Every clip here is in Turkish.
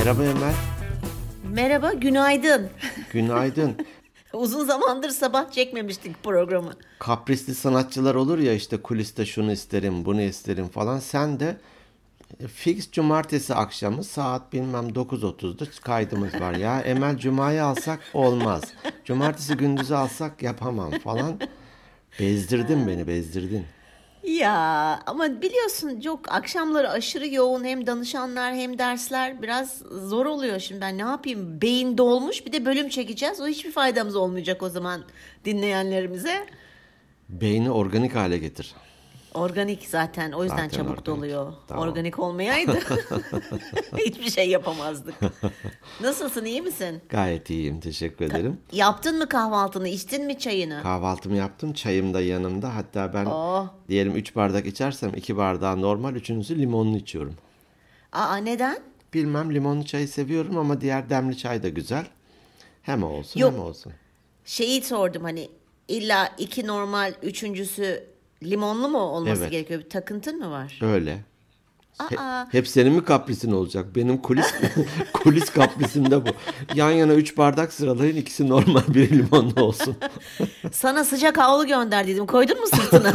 Merhaba Emel. Merhaba, günaydın. Günaydın. Uzun zamandır sabah çekmemiştik programı. Kaprisli sanatçılar olur ya işte kuliste şunu isterim, bunu isterim falan. Sen de fix cumartesi akşamı saat bilmem 9.30'da kaydımız var. Ya Emel Cuma'yı alsak olmaz. Cumartesi gündüzü alsak yapamam falan. Bezdirdin beni, bezdirdin. Ya ama biliyorsun çok akşamları aşırı yoğun hem danışanlar hem dersler biraz zor oluyor şimdi ben ne yapayım beyin dolmuş bir de bölüm çekeceğiz o hiçbir faydamız olmayacak o zaman dinleyenlerimize. Beyni organik hale getir. Organik zaten o yüzden Zaten çabuk organik. doluyor. Tamam. Organik olmayaydı hiçbir şey yapamazdık. Nasılsın iyi misin? Gayet iyiyim, teşekkür ederim. Yaptın mı kahvaltını içtin mi çayını? Kahvaltımı yaptım, çayım da yanımda. Hatta ben Oh. diyelim 3 bardak içersem 2 bardağı normal, üçüncüsü limonlu içiyorum. Aa neden? Bilmem, limonlu çayı seviyorum ama diğer demli çay da güzel. Hem o olsun hem o Yok. olsun. Şeyi sordum hani illa iki normal üçüncüsü limonlu mu olması Evet, gerekiyor? Bir takıntın mı var? öyle. Aa Hep senin mi kaprisin olacak? Benim kulis kaprisim de bu. Yan yana 3 bardak sıralayın, ikisi normal, biri limonlu olsun. sana sıcak havlu gönderdiydim. Koydun mu sırtına?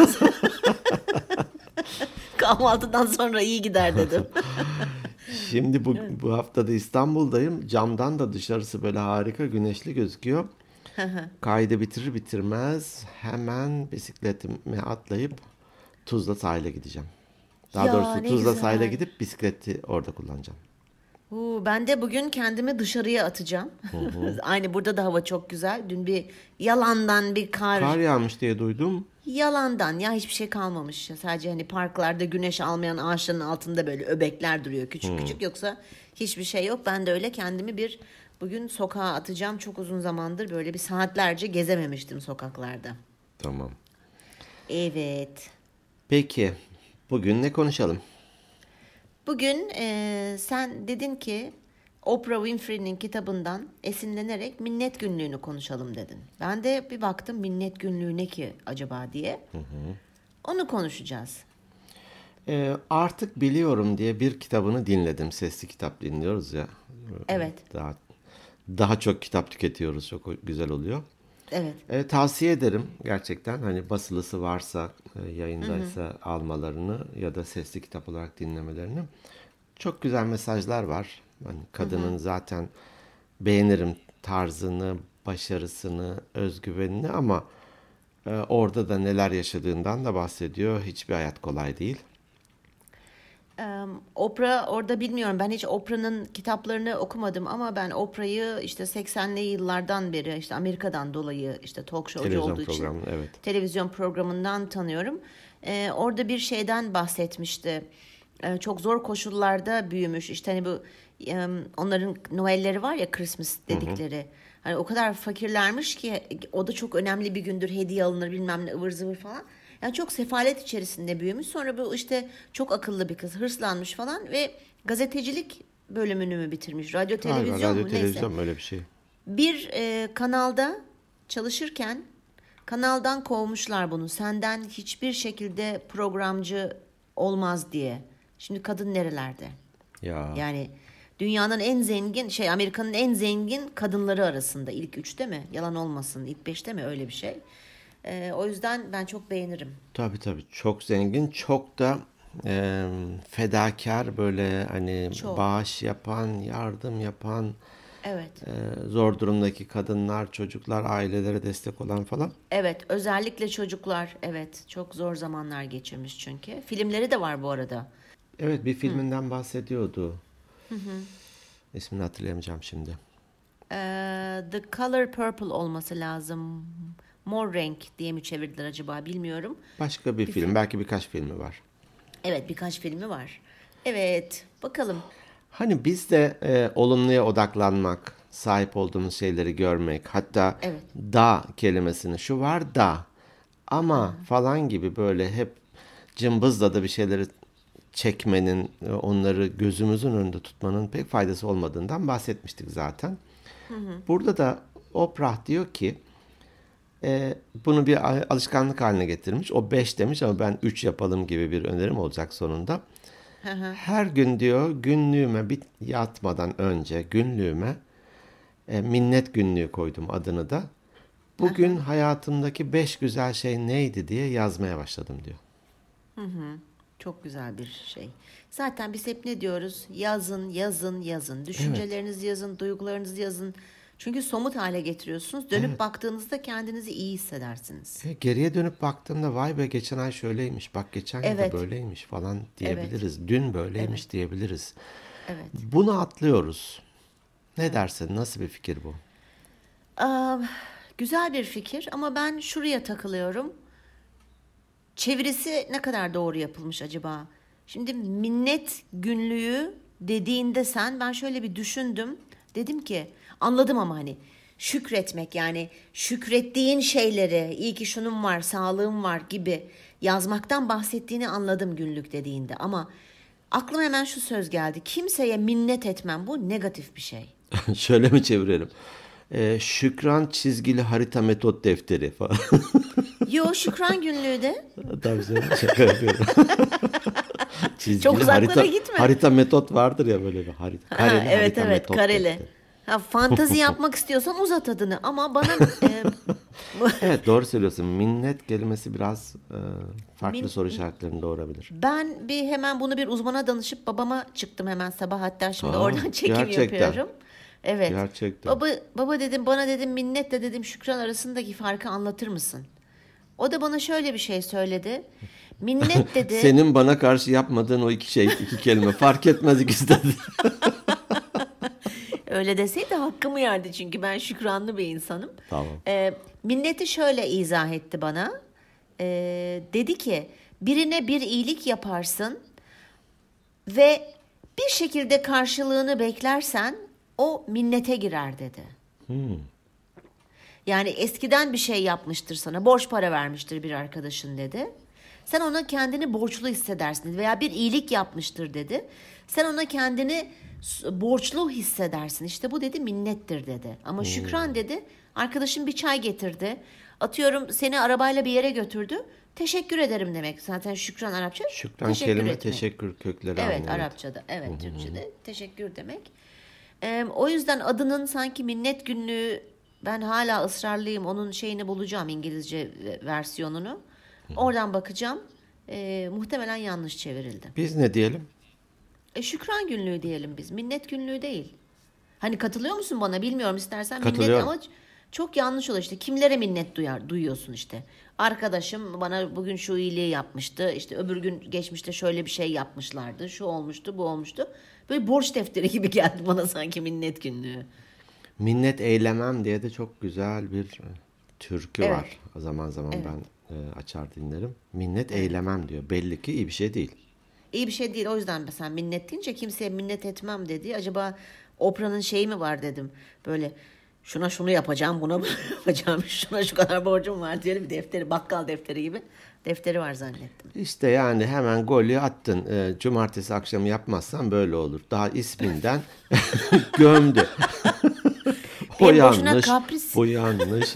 Kahvaltıdan sonra iyi gider dedim. Şimdi bu hafta da İstanbul'dayım. Camdan da dışarısı böyle harika güneşli gözüküyor. Kaydı bitirir bitirmez hemen bisikletime atlayıp Tuzla sahile gideceğim. Daha Ya doğrusu ne Tuzla sahile güzel. gidip bisikleti orada kullanacağım. Ben de bugün kendimi dışarıya atacağım. Aynı burada da hava çok güzel. Dün bir yalandan bir Kar kar. yağmış diye duydum. Yalandan ya hiçbir şey kalmamış. Sadece hani parklarda güneş almayan ağaçların altında böyle öbekler duruyor küçük küçük. Yoksa hiçbir şey yok. Ben de öyle kendimi bir bugün sokağa atacağım. Çok uzun zamandır böyle bir saatlerce gezememiştim sokaklarda. Tamam. Evet. Peki bugün ne konuşalım? Bugün sen dedin ki Oprah Winfrey'nin kitabından esinlenerek minnet günlüğünü konuşalım dedin. Ben de bir baktım minnet günlüğü ne ki acaba diye. Onu konuşacağız. Artık biliyorum diye bir kitabını dinledim. Sesli kitap dinliyoruz ya. Evet, Daha çok kitap tüketiyoruz. Çok güzel oluyor. evet. Tavsiye ederim gerçekten. Hani basılısı varsa, yayındaysa almalarını ya da sesli kitap olarak dinlemelerini. Çok güzel mesajlar var. Hani kadının zaten beğenirim tarzını, başarısını, özgüvenini ama orada da neler yaşadığından da bahsediyor. Hiçbir hayat kolay değil. Oprah orada bilmiyorum. Ben hiç Oprah'nın kitaplarını okumadım ama ben Oprah'yı işte 80'li yıllardan beri işte Amerika'dan dolayı işte talk showcu Televizyon olduğu için programı, evet. televizyon programından tanıyorum. Orada bir şeyden bahsetmişti. Çok zor koşullarda büyümüş. İşte hani bu onların Noel'leri var ya Christmas dedikleri. Hani o kadar fakirlermiş ki o da çok önemli bir gündür hediye alınır bilmem ne ıvır zıvır falan. Yani çok sefalet içerisinde büyümüş. Sonra bu işte çok akıllı bir kız hırslanmış falan ve gazetecilik bölümünü mü bitirmiş? Radyo Galiba televizyon radyo mu neyse. televizyon öyle bir şey. Bir kanalda çalışırken kanaldan kovmuşlar bunu. Senden hiçbir şekilde programcı olmaz diye. Şimdi kadın nerelerde? Ya Yani dünyanın en zengin Amerika'nın en zengin kadınları arasında ilk üçte mi? Yalan olmasın ilk beşte mi öyle bir şey. O yüzden ben çok beğenirim. tabii çok zengin, çok da fedakar, böyle hani Çok. bağış yapan, yardım yapan, Evet. zor durumdaki kadınlar, çocuklar, ailelere destek olan falan. Evet, özellikle çocuklar. Evet, çok zor zamanlar geçirmiş çünkü. Filmleri de var bu arada. Evet, bir filminden bahsediyordu. İsmini hatırlayamayacağım şimdi. The Color Purple olması lazım. Mor renk diye mi çevirdiler acaba bilmiyorum. Başka bir Bir film, film. belki birkaç filmi var. Evet, birkaç filmi var. Evet, bakalım. Hani biz de olumluya odaklanmak, sahip olduğumuz şeyleri görmek, hatta Evet. da kelimesini, şu var da ama falan gibi böyle hep cımbızla da bir şeyleri çekmenin, onları gözümüzün önünde tutmanın pek faydası olmadığından bahsetmiştik zaten. Burada da Oprah diyor ki bunu bir alışkanlık haline getirmiş. O 5 demiş ama ben 3 yapalım gibi bir önerim olacak sonunda. Her gün diyor günlüğüme yatmadan önce günlüğüme minnet günlüğü koydum adını da. Bugün hayatımdaki 5 güzel şey neydi diye yazmaya başladım diyor. Çok güzel bir şey. Zaten biz hep ne diyoruz? Yazın, yazın, yazın. Düşüncelerinizi yazın, duygularınızı yazın. Çünkü somut hale getiriyorsunuz. Dönüp baktığınızda kendinizi iyi hissedersiniz. Geriye dönüp baktığımda vay be geçen ay şöyleymiş, bak geçen yıl da Evet. böyleymiş falan diyebiliriz. Dün böyleymiş diyebiliriz. Evet. Bunu atlıyoruz. Ne dersin? Nasıl bir fikir bu? Aa, güzel bir fikir ama ben şuraya takılıyorum. Çevirisi ne kadar doğru yapılmış acaba? Şimdi minnet günlüğü dediğinde ben şöyle bir düşündüm. Dedim ki anladım ama hani şükretmek yani şükrettiğin şeyleri iyi ki şunun var, sağlığım var gibi yazmaktan bahsettiğini anladım günlük dediğinde. Ama aklıma hemen şu söz geldi. Kimseye minnet etmem, bu negatif bir şey. Şöyle mi çevirelim? Şükran çizgili harita metot defteri falan. Yo, Şükran günlüğü de. Tabii canım, şaka yapıyorum. Çizgili Çok uzaklara gitme. harita metot vardır ya, böyle bir harita. Kareli Evet harita evet, metot kareli. defteri. Fantazi yapmak istiyorsan uzat adını ama bana Evet, doğru söylüyorsun. Minnet kelimesi biraz farklı Min- soru işaretlerini doğurabilir. ben bir bunu bir uzmana danışıp babama çıktım hemen sabah, hatta şimdi Aa, oradan çekim gerçekten. yapıyorum. Evet. Gerçekten. Baba dedim, bana dedim minnetle dedim şükran arasındaki farkı anlatır mısın? O da bana şöyle bir şey söyledi. Minnet dedi. Senin bana karşı yapmadığın o iki kelime fark etmez, ikisi de. Öyle deseydi hakkımı yerdi çünkü ben şükranlı bir insanım. Tamam. Minneti şöyle izah etti bana. Dedi ki birine bir iyilik yaparsın ve bir şekilde karşılığını beklersen o minnete girer dedi. Yani eskiden bir şey yapmıştır sana, borç para vermiştir bir arkadaşın dedi. Sen ona kendini borçlu hissedersin dedi. Veya bir iyilik yapmıştır dedi. Sen ona kendini borçlu hissedersin. İşte bu dedi minnettir dedi. Ama şükran dedi, arkadaşın bir çay getirdi. Atıyorum seni arabayla bir yere götürdü. Teşekkür ederim demek. Zaten şükran Arapça. Şükran teşekkür kelime etmek. teşekkür kökleri Evet, anlıyor. Arapçada. Evet, Türkçe'de teşekkür demek. O yüzden adının sanki minnet günlüğü, ben hala ısrarlıyım. Onun şeyini bulacağım, İngilizce versiyonunu. Oradan bakacağım. Muhtemelen yanlış çevrildi. Biz ne diyelim? Şükran günlüğü diyelim biz. Minnet günlüğü değil. Hani katılıyor musun bana bilmiyorum, istersen minnet, Katılıyorum. ama çok yanlış olur işte. Kimlere minnet duyuyorsun işte. Arkadaşım bana bugün şu iyiliği yapmıştı. İşte öbür gün geçmişte şöyle bir şey yapmışlardı. Şu olmuştu, bu olmuştu. Böyle borç defteri gibi geldi bana sanki minnet günlüğü. Minnet eylemem diye de çok güzel bir türkü Evet. var. Zaman zaman ben açar dinlerim. Minnet eylemem diyor. Belli ki iyi bir şey değil. İyi bir şey değil. O yüzden mesela minnet deyince kimseye minnet etmem dedi. Acaba Oprah'nın şeyi mi var dedim. Böyle şuna şunu yapacağım, buna bunu yapacağım, şuna şu kadar borcum var diye bir defteri, bakkal defteri gibi defteri var zannettim. İşte yani hemen golü attın. Cumartesi akşamı yapmazsan böyle olur. Daha isminden gömdü. O Benim boşuna yanlış, kapris. bu yanlış.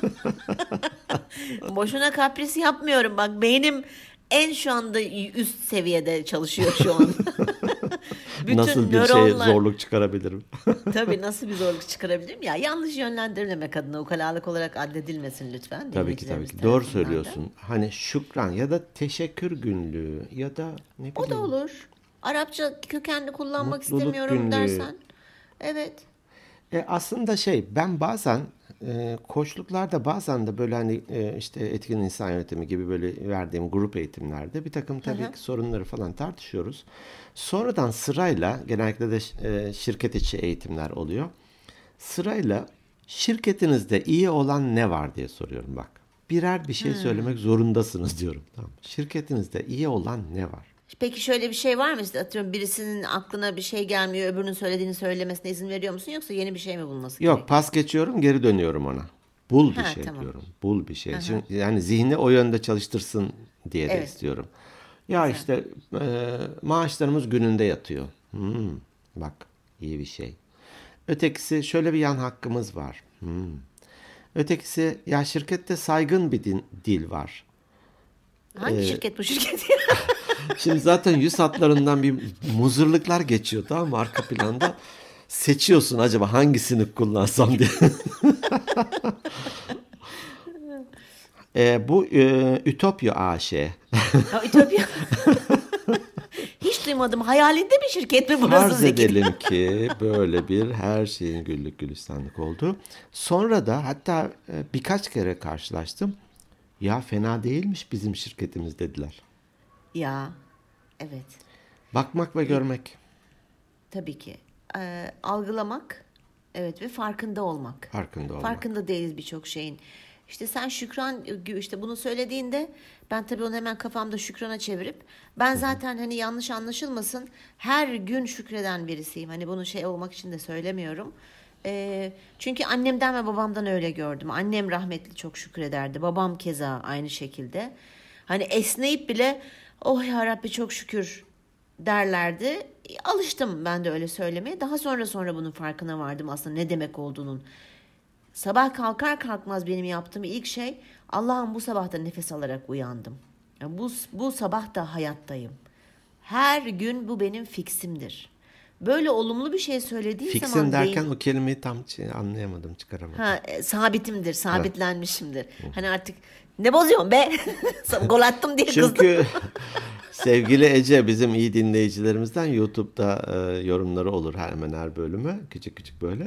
Boşuna kapris yapmıyorum. Bak beynim en şu anda üst seviyede çalışıyor şu an. Bütün Nasıl bir şey zorluk çıkarabilirim? Tabii nasıl bir zorluk çıkarabilirim ya, yanlış yönlendirmemek adına ukalalık olarak addedilmesin lütfen. Tabii ki. dinleyicilerimiz Doğru tarafından da. söylüyorsun. Hani şükran ya da teşekkür günlüğü ya da ne O da bileyim. olur. Arapça kökenli kullanmak Mutluluk istemiyorum günlüğü. dersen. Evet. Aslında ben bazen koçluklarda, bazen de böyle hani işte etkin insan yönetimi gibi böyle verdiğim grup eğitimlerde bir takım tabii ki sorunları falan tartışıyoruz. Sonradan sırayla, genellikle de şirket içi eğitimler oluyor. Sırayla şirketinizde iyi olan ne var diye soruyorum bak. Birer bir şey söylemek zorundasınız diyorum. Tamam. Şirketinizde iyi olan ne var? Peki şöyle bir şey var mı? İşte atıyorum birisinin aklına bir şey gelmiyor, öbürünün söylediğini söylemesine izin veriyor musun? Yoksa yeni bir şey mi bulması Yok, gerekiyor? pas geçiyorum, geri dönüyorum ona. Bul bir şey Tamam. diyorum. Bul bir şey. Çünkü yani zihni o yönde çalıştırsın diye de Evet. istiyorum. Ya işte maaşlarımız gününde yatıyor. Bak, iyi bir şey. Ötekisi şöyle bir yan hakkımız var. Ötekisi ya şirkette saygın bir dil var. Hangi şirket bu şirket? Şimdi zaten yüz hatlarından bir muzırlıklar geçiyor, tamam mı, arka planda. Seçiyorsun acaba hangisini kullansam diye. Bu Ütopya AŞ. Ha, Ütopya. Hiç duymadım. Hayalinde bir şirket mi burası Farz Zeki? edelim ki böyle bir her şeyin güllük gülistanlık oldu. Sonra da hatta birkaç kere karşılaştım. Ya fena değilmiş bizim şirketimiz dediler. Ya, evet. Bakmak ve görmek. Tabii ki. Algılamak, evet ve farkında olmak. Farkında olmak. Farkında değiliz birçok şeyin. İşte sen Şükran işte bunu söylediğinde ben tabii onu hemen kafamda Şükran'a çevirip ben zaten hani yanlış anlaşılmasın her gün şükreden birisiyim. Hani bunu şey olmak için de söylemiyorum. Çünkü annemden ve babamdan öyle gördüm. Annem rahmetli çok şükrederdi. Babam keza aynı şekilde. Hani esneyip bile oh ya Rabbi çok şükür derlerdi. Alıştım ben de öyle söylemeye. Daha sonra bunun farkına vardım aslında ne demek olduğunun. Sabah kalkar kalkmaz benim yaptığım ilk şey Allah'ım bu sabah da nefes alarak uyandım. Yani bu sabah da hayattayım. Her gün bu benim fiksimdir. Böyle olumlu bir şey söylediği Fiksin zaman derken o kelimeyi tam anlayamadım, çıkaramadım. sabitimdir, sabitlenmişimdir. Hani artık ne bozuyorsun be? Gol attım diye kızdım. Çünkü sevgili Ece bizim iyi dinleyicilerimizden YouTube'da yorumları olur hemen her bölümü. Küçük küçük böyle.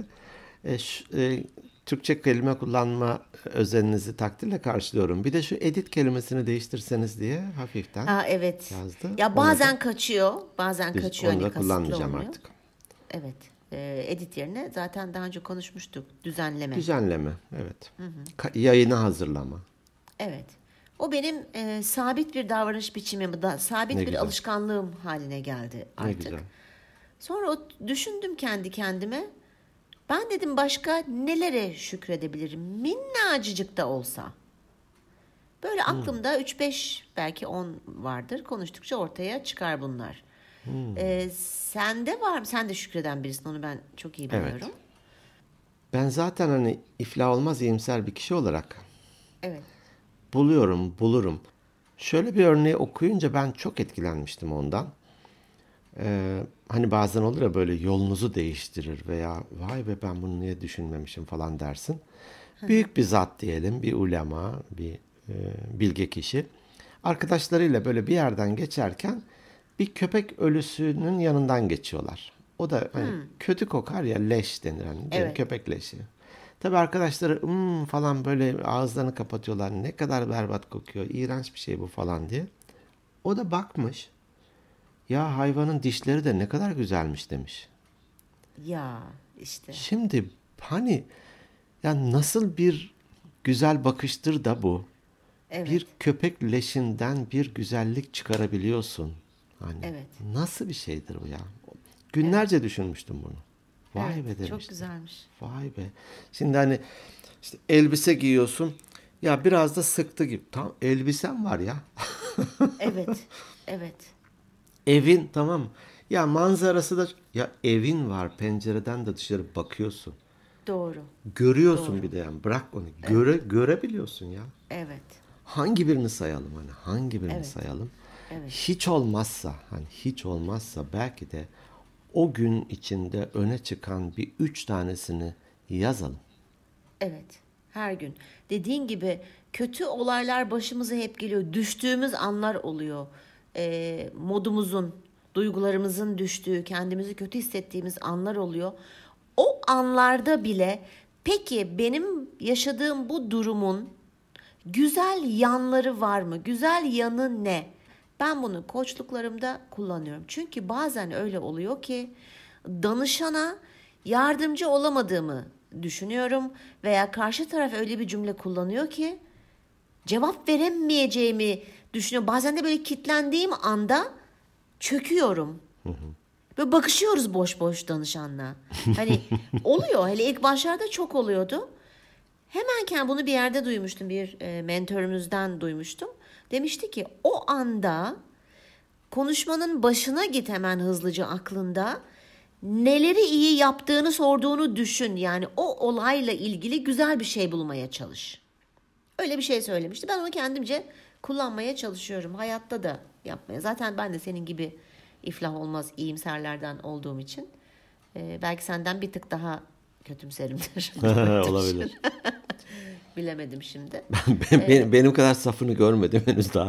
Türkçe kelime kullanma özeninizi takdirle karşılıyorum. Bir de şu edit kelimesini değiştirseniz diye hafiften Evet. yazdı. Ya bazen kaçıyor. Bazen kaçıyor. Onu da Hani kasıtlı kullanmayacağım olmuyor. artık. Evet. Edit yerine zaten daha önce konuşmuştuk. Düzenleme. Düzenleme, evet. Yayını hazırlama. Evet. O benim sabit bir davranış biçimim, sabit Ne bir güzel. alışkanlığım haline geldi Ne artık. güzel. Sonra düşündüm kendi kendime. Ben dedim başka nelere şükredebilirim? Minnacıcık da olsa. Böyle aklımda 3-5 belki 10 vardır. Konuştukça ortaya çıkar bunlar. Sende var mı? Sen de şükreden birisin. Onu ben çok iyi biliyorum. Evet. Ben zaten hani iflah olmaz iyimser bir kişi olarak Evet. bulurum. Şöyle bir örneği okuyunca ben çok etkilenmiştim ondan. Hani bazen olur ya böyle yolunuzu değiştirir veya vay be ben bunu niye düşünmemişim falan dersin. Büyük bir zat diyelim, bir ulema, bir bilge kişi. Arkadaşlarıyla böyle bir yerden geçerken bir köpek ölüsünün yanından geçiyorlar. O da hani kötü kokar ya, leş denir hani, değil mi? Evet. Köpek leşi. Tabii arkadaşları falan böyle ağızlarını kapatıyorlar. Ne kadar berbat kokuyor, iğrenç bir şey bu falan diye. O da bakmış. Ya hayvanın dişleri de ne kadar güzelmiş demiş. Ya işte. Şimdi hani ya nasıl bir güzel bakıştır da bu. Evet. Bir köpek leşinden bir güzellik çıkarabiliyorsun. Hani Evet. nasıl bir şeydir bu ya? Günlerce düşünmüştüm bunu. Vay Evet, be demiştim. çok güzelmiş. Vay be. Şimdi hani işte elbise giyiyorsun. Ya biraz da sıktı gibi. Tam elbisen var ya. Evet. Evet. Evin tamam. Ya manzarası da ya evin var. Pencereden de dışarı bakıyorsun. Doğru. Görüyorsun bir de yani. Bırak onu. Görebiliyorsun ya. Evet. Hangi birini sayalım hani? Hangi birini Evet. sayalım? Evet. Hiç olmazsa belki de o gün içinde öne çıkan bir 3 tanesini yazalım. Evet. Her gün. Dediğin gibi kötü olaylar başımıza hep geliyor. Düştüğümüz anlar oluyor. Modumuzun, duygularımızın düştüğü, kendimizi kötü hissettiğimiz anlar oluyor. O anlarda bile peki benim yaşadığım bu durumun güzel yanları var mı? Güzel yanı ne? Ben bunu koçluklarımda kullanıyorum. Çünkü bazen öyle oluyor ki danışana yardımcı olamadığımı düşünüyorum veya karşı taraf öyle bir cümle kullanıyor ki cevap veremeyeceğimi düşünüyorum. Bazen de böyle kitlendiğim anda çöküyorum. Böyle bakışıyoruz boş boş danışanla. Hani oluyor. Hele ilk başlarda çok oluyordu. Hemenken bunu bir yerde duymuştum. Bir mentörümüzden duymuştum. Demişti ki o anda konuşmanın başına git hemen hızlıca aklında. Neleri iyi yaptığını sorduğunu düşün. Yani o olayla ilgili güzel bir şey bulmaya çalış. Öyle bir şey söylemişti. Ben onu kendimce kullanmaya çalışıyorum. Hayatta da yapmaya. Zaten ben de senin gibi iflah olmaz iyimserlerden olduğum için belki senden bir tık daha kötümserimdir. Olabilir. Bilemedim şimdi. Benim kadar safını görmedim henüz daha.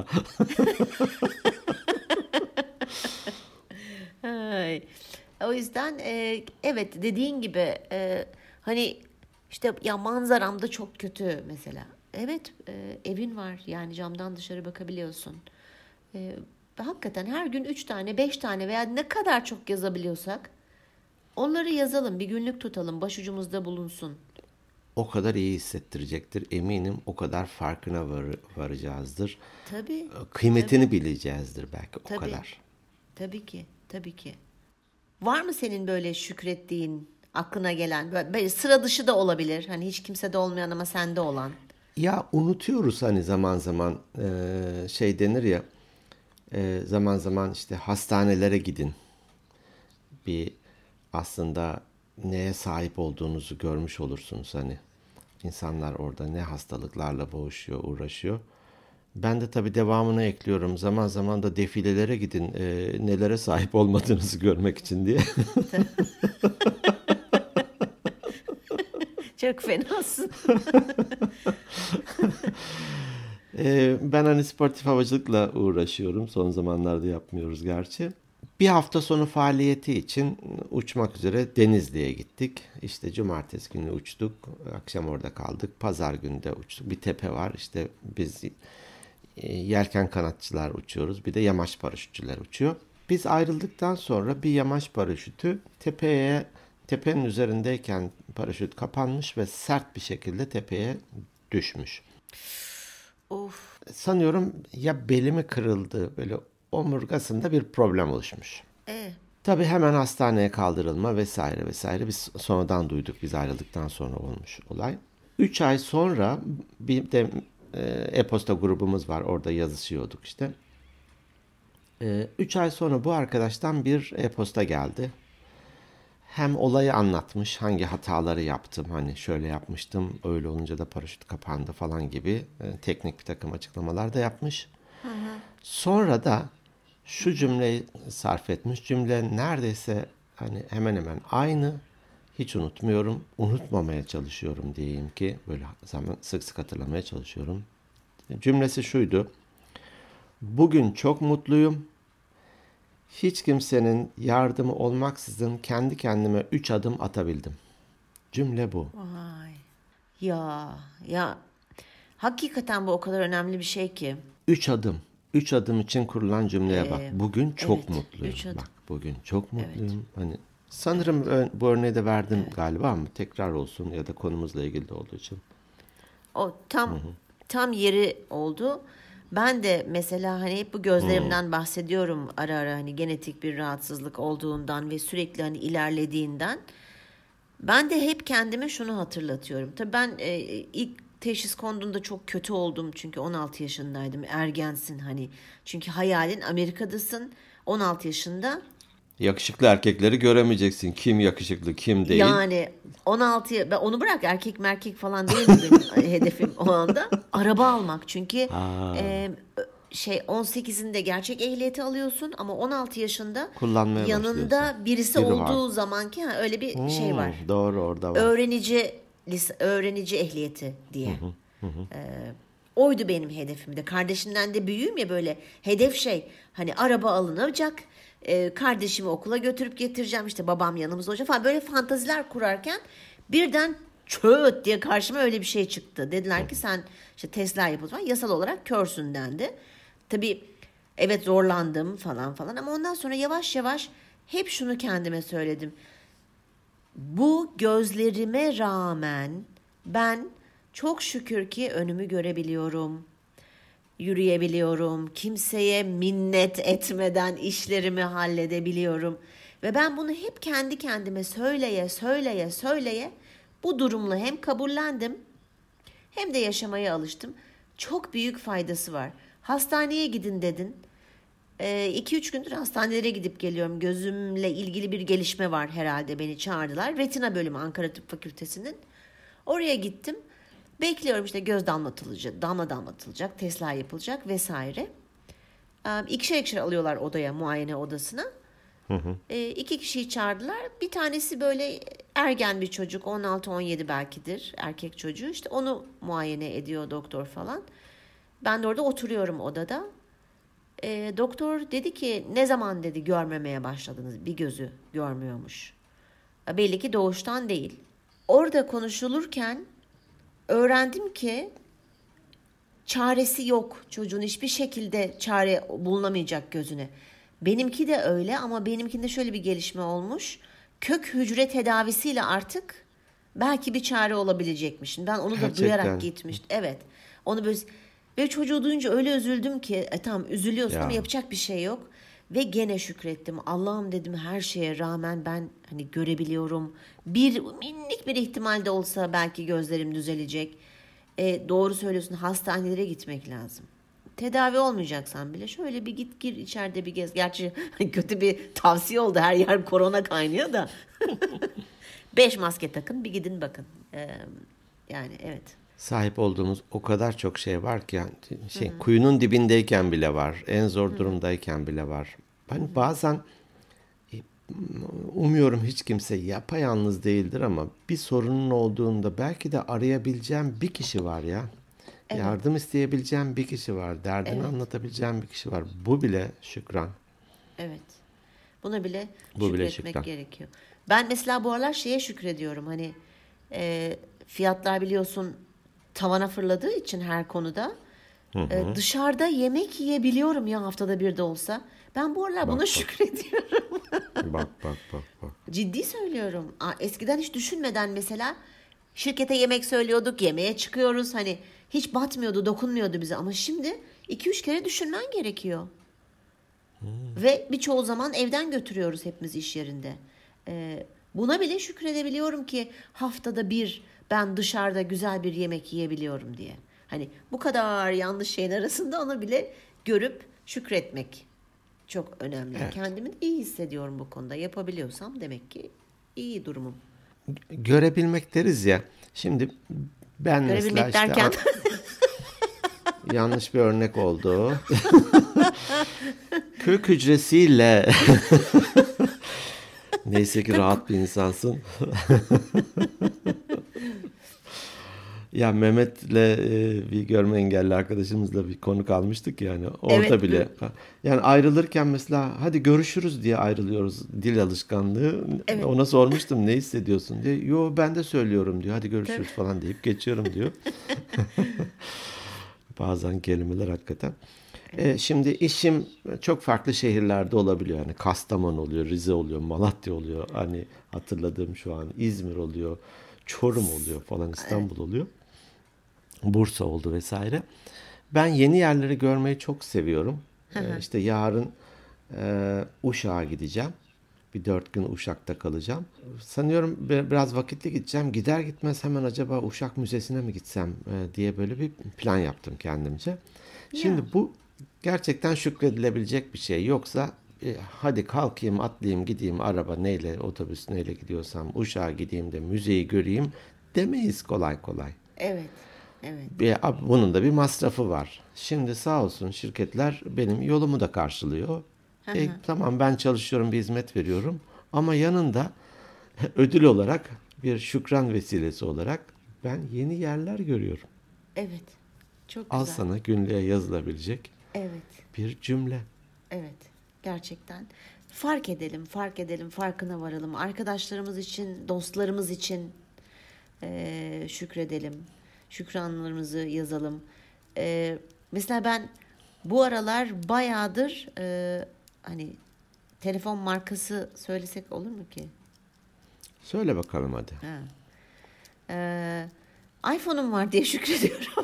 Ay. O yüzden evet dediğin gibi hani işte ya manzaram da çok kötü mesela. Evet evin var yani camdan dışarı bakabiliyorsun. Ve hakikaten her gün 3 tane 5 tane veya ne kadar çok yazabiliyorsak onları yazalım, bir günlük tutalım, başucumuzda bulunsun. O kadar iyi hissettirecektir. Eminim o kadar farkına varacağızdır. Tabii, Kıymetini tabii, bileceğizdir belki o tabii, kadar. tabii ki, tabii ki. Var mı senin böyle şükrettiğin, aklına gelen, böyle sıra dışı da olabilir. Hani hiç kimsede olmayan ama sende olan. Ya unutuyoruz hani zaman zaman şey denir ya zaman zaman işte hastanelere gidin. Bir aslında neye sahip olduğunuzu görmüş olursunuz hani. İnsanlar orada ne hastalıklarla boğuşuyor, uğraşıyor. Ben de tabii devamını ekliyorum. Zaman zaman da defilelere gidin, nelere sahip olmadığınızı görmek için diye. Çok fenasın. Ben hani sportif havacılıkla uğraşıyorum. Son zamanlarda yapmıyoruz gerçi. Bir hafta sonu faaliyeti için uçmak üzere Denizli'ye gittik. İşte cumartesi günü uçtuk. Akşam orada kaldık. Pazar günü de uçtuk. Bir tepe var. İşte biz yelken kanatçılar uçuyoruz. Bir de yamaç paraşütçüler uçuyor. Biz ayrıldıktan sonra bir yamaç paraşütü tepenin üzerindeyken paraşüt kapanmış ve sert bir şekilde tepeye düşmüş. Of. Sanıyorum ya beli mi kırıldı, böyle omurgasında bir problem oluşmuş. E, Tabii hemen hastaneye kaldırılma vesaire vesaire. Biz sonradan duyduk, biz ayrıldıktan sonra olmuş olay. 3 ay sonra bir de e-posta grubumuz var, orada yazışıyorduk işte. 3 ay sonra bu arkadaştan bir e-posta geldi. Hem olayı anlatmış, hangi hataları yaptım, hani şöyle yapmıştım, öyle olunca da paraşüt kapandı falan gibi teknik bir takım açıklamalar da yapmış. Sonra da şu cümleyi sarf etmiş. Cümle neredeyse hani hemen hemen aynı. Hiç unutmuyorum. Unutmamaya çalışıyorum diyeyim ki. Böyle zaman sık sık hatırlamaya çalışıyorum. Cümlesi şuydu. Bugün çok mutluyum. Hiç kimsenin yardımı olmaksızın kendi kendime 3 adım atabildim. Cümle bu. vay. Ya hakikaten bu o kadar önemli bir şey ki. 3 adım. 3 adım için kurulan cümleye bak. Bugün çok Evet, mutluyum. 3 adım. Bak bugün çok Evet. mutluyum. Hani sanırım bu örneği de verdim galiba ama tekrar olsun ya da konumuzla ilgili de olduğu için. O tam yeri oldu. Ben de mesela hani hep bu gözlerimden bahsediyorum ara ara, hani genetik bir rahatsızlık olduğundan ve sürekli hani ilerlediğinden. Ben de hep kendime şunu hatırlatıyorum. Tabii ben ilk teşhis konduğunda çok kötü oldum çünkü 16 yaşındaydım. Ergensin hani. Çünkü hayalin Amerika'dasın. 16 yaşında. Yakışıklı erkekleri göremeyeceksin. Kim yakışıklı, kim değil. Yani 16, ben onu bırak, erkek merkek falan değil mi benim hedefim o anda? Araba almak çünkü e, 18'inde gerçek ehliyeti alıyorsun ama 16 yaşında Kullanmaya yanında başlıyorsun. birisi Biri var. olduğu zamanki öyle bir şey var. Doğru, orada var. Öğrenici ehliyeti diye. Oydu benim hedefim de. Kardeşimden de büyüğüm ya, böyle hedef hani araba alınacak. Kardeşimi okula götürüp getireceğim, işte babam yanımızda olacak falan, böyle fantaziler kurarken birden çöt diye karşıma öyle bir şey çıktı. Dediler ki sen işte testler yapıldı, yasal olarak körsün dendi. Tabii evet, zorlandım falan falan ama ondan sonra yavaş yavaş hep şunu kendime söyledim. Bu gözlerime rağmen ben çok şükür ki önümü görebiliyorum. Yürüyebiliyorum. Kimseye minnet etmeden işlerimi halledebiliyorum. Ve ben bunu hep kendi kendime söyleye bu durumla hem kabullendim hem de yaşamaya alıştım. Çok büyük faydası var. Hastaneye gidin dedin. 2-3 gündür hastanelere gidip geliyorum. Gözümle ilgili bir gelişme var herhalde, beni çağırdılar. Retina bölümü, Ankara Tıp Fakültesi'nin. Oraya gittim. Bekliyorum işte göz damlatılacak, damla damlatılacak, testler yapılacak vesaire. İkişer ikişer alıyorlar odaya, muayene odasına. İki kişiyi çağırdılar. Bir tanesi böyle ergen bir çocuk, 16-17 belkidir, erkek çocuğu. İşte onu muayene ediyor doktor falan. Ben de orada oturuyorum odada. Doktor dedi ki ne zaman dedi görmemeye başladınız, bir gözü görmüyormuş. Belli ki doğuştan değil. Orada konuşulurken öğrendim ki çaresi yok çocuğun, hiçbir şekilde çare bulunamayacak gözüne. Benimki de öyle ama benimkinde şöyle bir gelişme olmuş. Kök hücre tedavisiyle artık belki bir çare olabilecekmiş. Ben onu da Gerçekten. duyarak gitmiştim. Evet. Onu böyle ve çocuğu duyunca öyle üzüldüm ki tamam üzülüyorsun ama Ya. yapacak bir şey yok. Ve gene şükrettim. Allah'ım dedim, her şeye rağmen ben hani görebiliyorum. Bir minik bir ihtimal de olsa belki gözlerim düzelecek. Doğru söylüyorsun, hastanelere gitmek lazım. Tedavi olmayacaksan bile şöyle bir git, gir içeride bir gez. Gerçi kötü bir tavsiye oldu, her yer korona kaynıyor da. 5 maske takın, bir gidin bakın. Yani evet. Sahip olduğumuz o kadar çok şey var ki, yani kuyunun dibindeyken bile var, en zor durumdayken bile var. Ben bazen umuyorum hiç kimse yapayalnız değildir ama bir sorunun olduğunda belki de arayabileceğim bir kişi var ya. Evet. Yardım isteyebileceğim bir kişi var, derdini anlatabileceğim bir kişi var. Bu bile şükran. Evet. Buna bile Bu bile şükretmek şükran. gerekiyor. Ben mesela bu aralar şeye şükrediyorum. Hani fiyatlar biliyorsun tavana fırladığı için her konuda. Dışarıda yemek yiyebiliyorum ya, haftada bir de olsa. Ben bu aralar buna bak. şükrediyorum. Bak bak bak bak. Ciddi söylüyorum. Eskiden hiç düşünmeden mesela şirkete yemek söylüyorduk, yemeğe çıkıyoruz. Hani hiç batmıyordu, dokunmuyordu bize. Ama şimdi 2-3 kere düşünmen gerekiyor. Ve birçoğu zaman evden götürüyoruz hepimiz iş yerinde. Buna bile şükredebiliyorum ki haftada bir ben dışarıda güzel bir yemek yiyebiliyorum diye. Hani bu kadar yanlış şeyin arasında onu bile görüp şükretmek çok önemli. Evet. Kendimi iyi hissediyorum bu konuda. Yapabiliyorsam demek ki iyi durumum. Görebilmek deriz ya. Şimdi ben mesela Görebilmek işte derken yanlış bir örnek oldu. Kök hücresiyle neyse ki rahat bir insansın. Ya Mehmet'le bir görme engelli arkadaşımızla bir konu kalmıştık yani. Orada Evet, bile yani ayrılırken mesela hadi görüşürüz diye ayrılıyoruz, dil alışkanlığı. evet. Ona sormuştum ne hissediyorsun diye. Yo ben de söylüyorum diyor. Hadi görüşürüz falan deyip geçiyorum diyor. Bazen kelimeler hakikaten. Şimdi işim çok farklı şehirlerde olabiliyor. Yani Kastamonu oluyor, Rize oluyor, Malatya oluyor. Hani hatırladığım şu an İzmir oluyor, Çorum oluyor falan, İstanbul oluyor. Bursa oldu vesaire. Ben yeni yerleri görmeyi çok seviyorum. İşte yarın Uşak'a gideceğim. Bir 4 gün Uşak'ta kalacağım. Sanıyorum biraz vakitli gideceğim. Gider gitmez hemen acaba Uşak Müzesi'ne mi gitsem diye böyle bir plan yaptım kendimce. Şimdi bu gerçekten şükredilebilecek bir şey. Yoksa hadi kalkayım, atlayayım, gideyim araba neyle, otobüs neyle gidiyorsam Uşak'a gideyim de müzeyi göreyim demeyiz kolay kolay. Evet. Evet. Bunun da bir masrafı var. Şimdi sağ olsun şirketler benim yolumu da karşılıyor. Tamam ben çalışıyorum, bir hizmet veriyorum. Ama yanında ödül olarak, bir şükran vesilesi olarak ben yeni yerler görüyorum. Evet. Çok Al güzel. sana günlüğe yazılabilecek Evet. bir cümle. Evet, gerçekten. Fark edelim, fark edelim, farkına varalım. Arkadaşlarımız için, dostlarımız için şükredelim. Şükranlarımızı yazalım. Mesela ben bu aralar bayağıdır hani telefon markası söylesek olur mu ki? Söyle bakalım hadi. Ha. iPhone'um var diye şükrediyorum.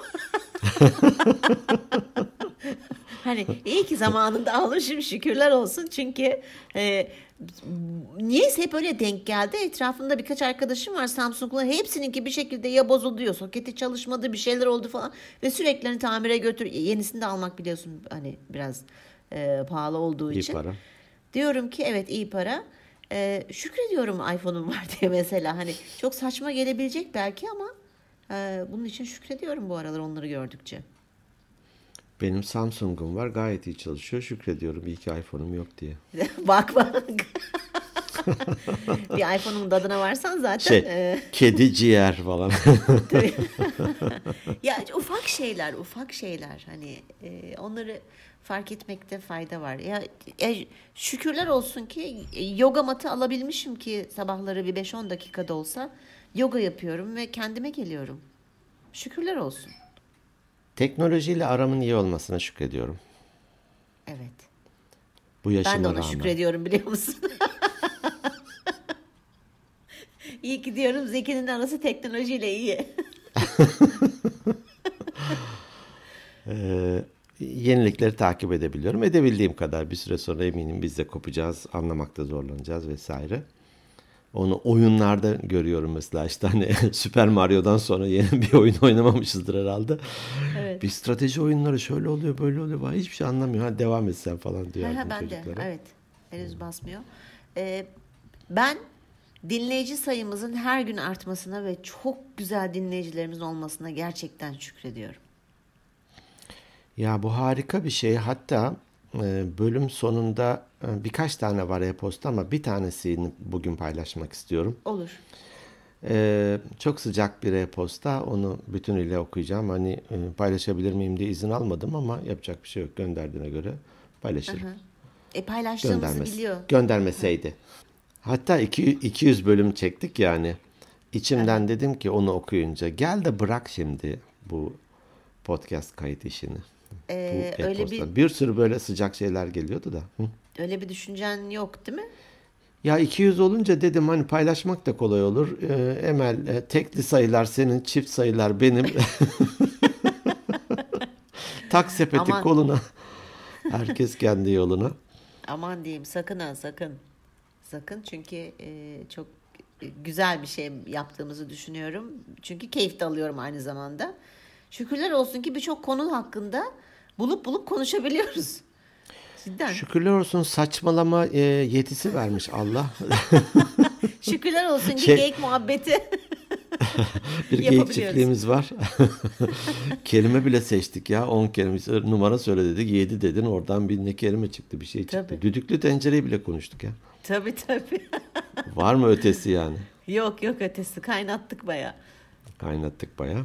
Hani iyi ki zamanında almışım, şükürler olsun. Çünkü niyeyse hep öyle denk geldi. Etrafımda birkaç arkadaşım var Samsung'la. Hepsininki bir şekilde ya bozuldu ya soketi çalışmadı, bir şeyler oldu falan. Ve sürekli hani tamire götür. Yenisini de almak biliyorsun hani biraz pahalı olduğu İyi için. para. Diyorum ki evet, iyi para. Şükrediyorum iPhone'um var diye mesela. Hani çok saçma gelebilecek belki ama Bunun için şükrediyorum bu aralar onları gördükçe. Benim Samsung'um var, gayet iyi çalışıyor. Şükrediyorum iyi ki iPhone'um yok diye. Bak bak. Bir iPhone'un tadına varsan zaten. Kedi ciğer falan. Tabii. Ya ufak şeyler hani onları fark etmekte fayda var. Şükürler olsun ki yoga matı alabilmişim ki sabahları bir 5-10 dakikada olsa yoga yapıyorum ve kendime geliyorum. Şükürler olsun. Teknolojiyle aramın iyi olmasına şükrediyorum. Evet. Bu Ben de yaşıma ona rağmen. şükrediyorum biliyor musun? İyi ki diyorum Zeki'nin arası teknolojiyle iyi. Yenilikleri takip edebiliyorum. Edebildiğim kadar, bir süre sonra eminim biz de kopacağız, anlamakta zorlanacağız vesaire. Onu oyunlarda görüyorum mesela, işte hani Super Mario'dan sonra yeni bir oyun oynamamışızdır herhalde. Evet. Bir strateji oyunları şöyle oluyor böyle oluyor falan, hiçbir şey anlamıyor. Ha, devam etsen falan diyor Ha, ben de çocuklara. evet henüz basmıyor. Ben dinleyici sayımızın her gün artmasına ve çok güzel dinleyicilerimiz olmasına gerçekten şükrediyorum. Ya bu harika bir şey. Hatta bölüm sonunda birkaç tane var e-posta ama bir tanesini bugün paylaşmak istiyorum. Olur. Çok sıcak bir e-posta. Onu bütünüyle okuyacağım. Hani paylaşabilir miyim diye izin almadım ama yapacak bir şey yok. Gönderdiğine göre paylaşırım. Aha. Paylaştığımızı biliyor. Göndermeseydi. Hatta 200 bölüm çektik yani. İçimden dedim ki onu okuyunca, gel de bırak şimdi bu podcast kayıt işini. Bu Öyle e-posta. Bir sürü böyle sıcak şeyler geliyordu da. Hı. öyle bir düşüncen yok değil mi? Ya 200 olunca dedim hani paylaşmak da kolay olur. Emel, tekli sayılar senin, çift sayılar benim. Tak sepeti Aman koluna. Herkes kendi yoluna. aman diyeyim sakın ha sakın. Sakın çünkü çok güzel bir şey yaptığımızı düşünüyorum. Çünkü keyif de alıyorum aynı zamanda. Şükürler olsun ki birçok konu hakkında bulup konuşabiliyoruz. Cidden. Şükürler olsun, saçmalama yetisi vermiş Allah. Şükürler olsun ki Şey, geyik muhabbeti bir geyik yapabiliyoruz. çiftliğimiz var. Kelime bile seçtik ya. 10 kelime numara söyle dedik. 7 dedin. Oradan bir ne kelime çıktı, bir şey çıktı. Tabii. Düdüklü tencereyi bile konuştuk ya. Tabii. Var mı ötesi yani? Yok ötesi kaynattık baya. Kaynattık bayağı.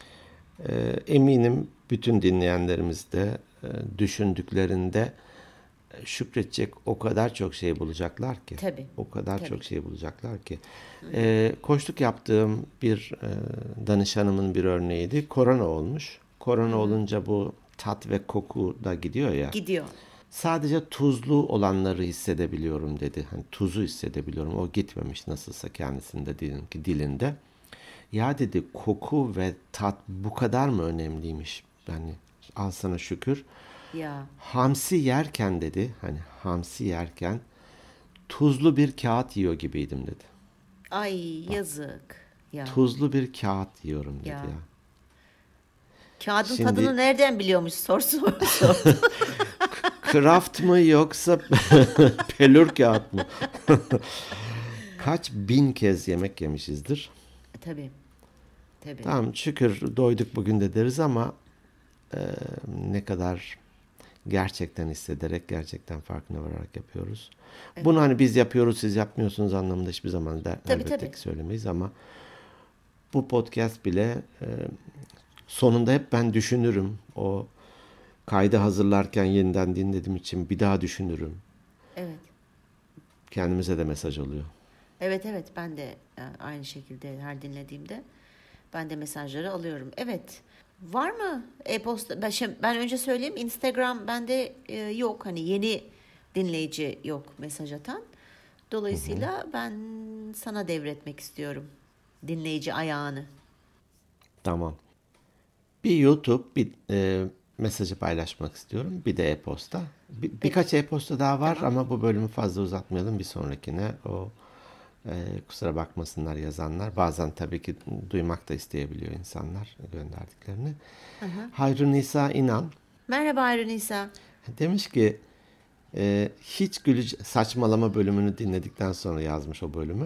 Eminim bütün dinleyenlerimiz de düşündüklerinde şükredecek o kadar çok şey bulacaklar ki. Tabii. O kadar Tabii. çok şey bulacaklar ki. Koçluk yaptığım bir danışanımın bir örneğiydi. Korona olmuş. Korona olunca bu tat ve koku da gidiyor ya. Gidiyor. Sadece tuzlu olanları hissedebiliyorum dedi. Hani tuzu hissedebiliyorum. O gitmemiş nasılsa kendisinde, diyelim ki dilinde. Ya dedi, koku ve tat bu kadar mı önemliymiş? Yani al sana şükür. Ya. Hamsi yerken dedi, hani hamsi yerken tuzlu bir kağıt yiyor gibiydim dedi. Ay yazık. Ya. Tuzlu bir kağıt yiyorum dedi Ya. ya. Kağıdın Şimdi tadını nereden biliyormuş sordu. kraft mı yoksa pelür kağıt mı? Kaç bin kez yemek yemişizdir. Tabii. Tamam, şükür doyduk bugün de deriz ama ne kadar gerçekten hissederek, gerçekten farkına vararak yapıyoruz. Bunu hani biz yapıyoruz, siz yapmıyorsunuz anlamında hiçbir zaman da elbette ki söylemeyiz ama bu podcast bile sonunda hep ben düşünürüm. O kaydı hazırlarken yeniden dinlediğim için bir daha düşünürüm. Evet. Kendimize de mesaj oluyor. Evet ben de aynı şekilde her dinlediğimde ben de mesajları alıyorum. Evet. Var mı e-posta? Ben önce söyleyeyim, Instagram bende yok. Hani yeni dinleyici yok mesaj atan. Dolayısıyla ben sana devretmek istiyorum dinleyici ayağını. Tamam. Bir YouTube, bir mesajı paylaşmak istiyorum. Bir de e-posta. Birkaç e-posta daha var ama bu bölümü fazla uzatmayalım. Bir sonrakine o kusura bakmasınlar yazanlar. Bazen tabii ki duymak da isteyebiliyor insanlar gönderdiklerini. Hayru Nisa İnan Merhaba Ayrı Nisa. demiş ki hiç saçmalama bölümünü dinledikten sonra yazmış o bölümü.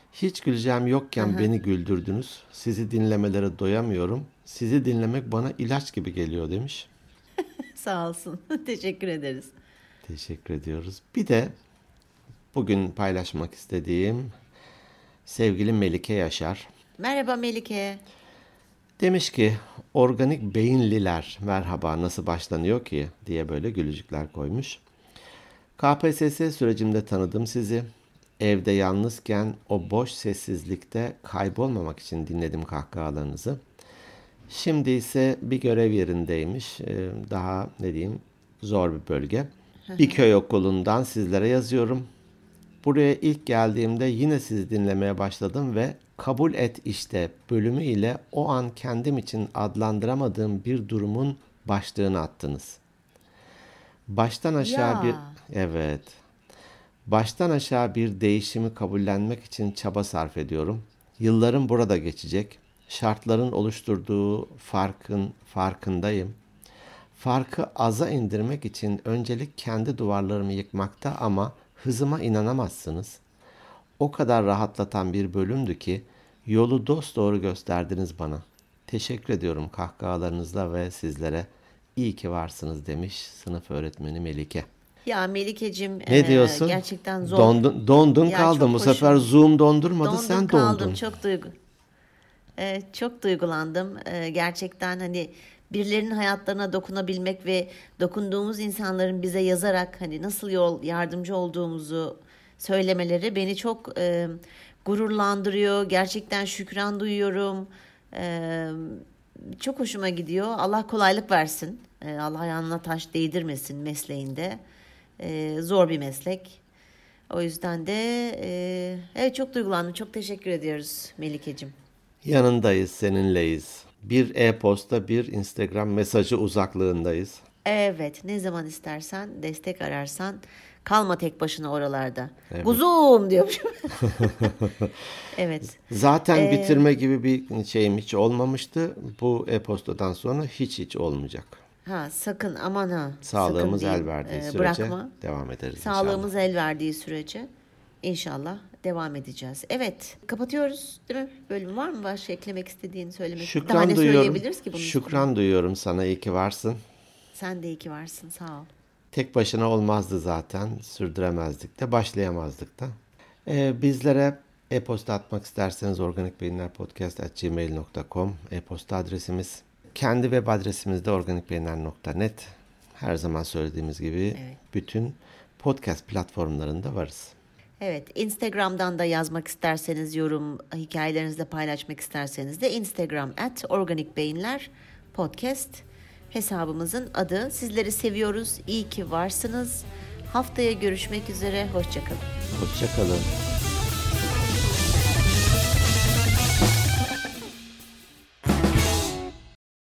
Hiç güleceğim yokken beni güldürdünüz. Sizi dinlemelere doyamıyorum. Sizi dinlemek bana ilaç gibi geliyor demiş. Sağ olsun. Teşekkür ederiz. Teşekkür ediyoruz. Bir de bugün paylaşmak istediğim sevgili Melike Yaşar. Merhaba Melike. Demiş ki organik beyinliler merhaba nasıl başlanıyor ki diye böyle gülücükler koymuş. KPSS sürecimde tanıdım sizi. Evde yalnızken o boş sessizlikte kaybolmamak için dinledim kahkahalarınızı. Şimdi ise bir görev yerindeymiş. Daha ne diyeyim zor bir bölge. Bir köy okulundan sizlere yazıyorum. Buraya ilk geldiğimde yine sizi dinlemeye başladım ve kabul et işte bölümü ile o an kendim için adlandıramadığım bir durumun başlığını attınız. Baştan aşağı evet. Baştan aşağı bir değişimi kabullenmek için çaba sarf ediyorum. Yıllarım burada geçecek. Şartların oluşturduğu farkındayım. Farkı aza indirmek için öncelik kendi duvarlarımı yıkmakta ama hızıma inanamazsınız. O kadar rahatlatan bir bölümdü ki yolu dosdoğru gösterdiniz bana. Teşekkür ediyorum kahkahalarınızla ve sizlere iyi ki varsınız demiş sınıf öğretmeni Melike. Ya Melikeciğim Ne diyorsun? gerçekten zor. Dondun Ya kaldın. Bu sefer Zoom dondurmadı sen dondun. Çok duygulandım. Gerçekten hani birilerinin hayatlarına dokunabilmek ve dokunduğumuz insanların bize yazarak hani nasıl yardımcı olduğumuzu söylemeleri beni çok gururlandırıyor. Gerçekten şükran duyuyorum. Çok hoşuma gidiyor. Allah kolaylık versin. Allah ayağına taş değdirmesin mesleğinde. Zor bir meslek. O yüzden de evet çok duygulandım. Çok teşekkür ediyoruz Melikeciğim. Yanındayız, seninleyiz. Bir e-posta, bir Instagram mesajı uzaklığındayız. Evet, ne zaman istersen, destek ararsan kalma tek başına oralarda. Evet. Buzum diyormuşum. Evet. Zaten bitirme gibi bir şeyim hiç olmamıştı. Bu e-postadan sonra hiç olmayacak. Sakın aman ha. Sağlığımız sakın el verdiği sürece bırakma. devam ederiz Sağlığımız inşallah. el verdiği sürece inşallah devam edeceğiz. Evet, kapatıyoruz değil mi? Bölüm var mı? Başka eklemek istediğini söylemek? Şükran Daha ne duyuyorum. söyleyebiliriz ki bunun Şükran üstüne? duyuyorum sana. İyi ki varsın. Sen de iyi ki varsın. Sağ ol. Tek başına olmazdı zaten. Sürdüremezdik de, başlayamazdık da. Bizlere e-posta atmak isterseniz organikbeyinlerpodcast@gmail.com e-posta adresimiz. Kendi web adresimiz de organikbeyinler.net. Her zaman söylediğimiz gibi bütün podcast platformlarında varız. Evet, Instagram'dan da yazmak isterseniz yorum, hikayelerinizle paylaşmak isterseniz de Instagram @organikbeyinler podcast hesabımızın adı. Sizleri seviyoruz. İyi ki varsınız. Haftaya görüşmek üzere. Hoşça kalın. Hoşça kalın.